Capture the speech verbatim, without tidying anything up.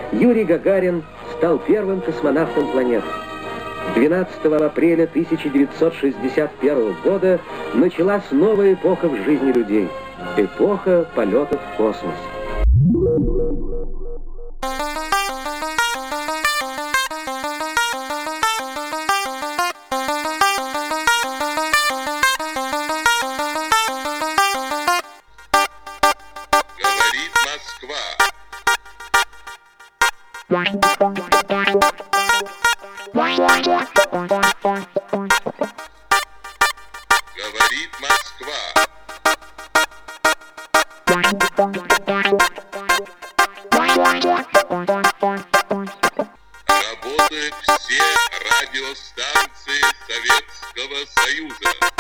Юрий Гагарин стал первым космонавтом планеты. двенадцатого апреля тысяча девятьсот шестьдесят первого года началась новая эпоха в жизни людей. Эпоха полетов в космос. Говорит Москва. Говорит Москва. Работают все радиостанции Советского Союза.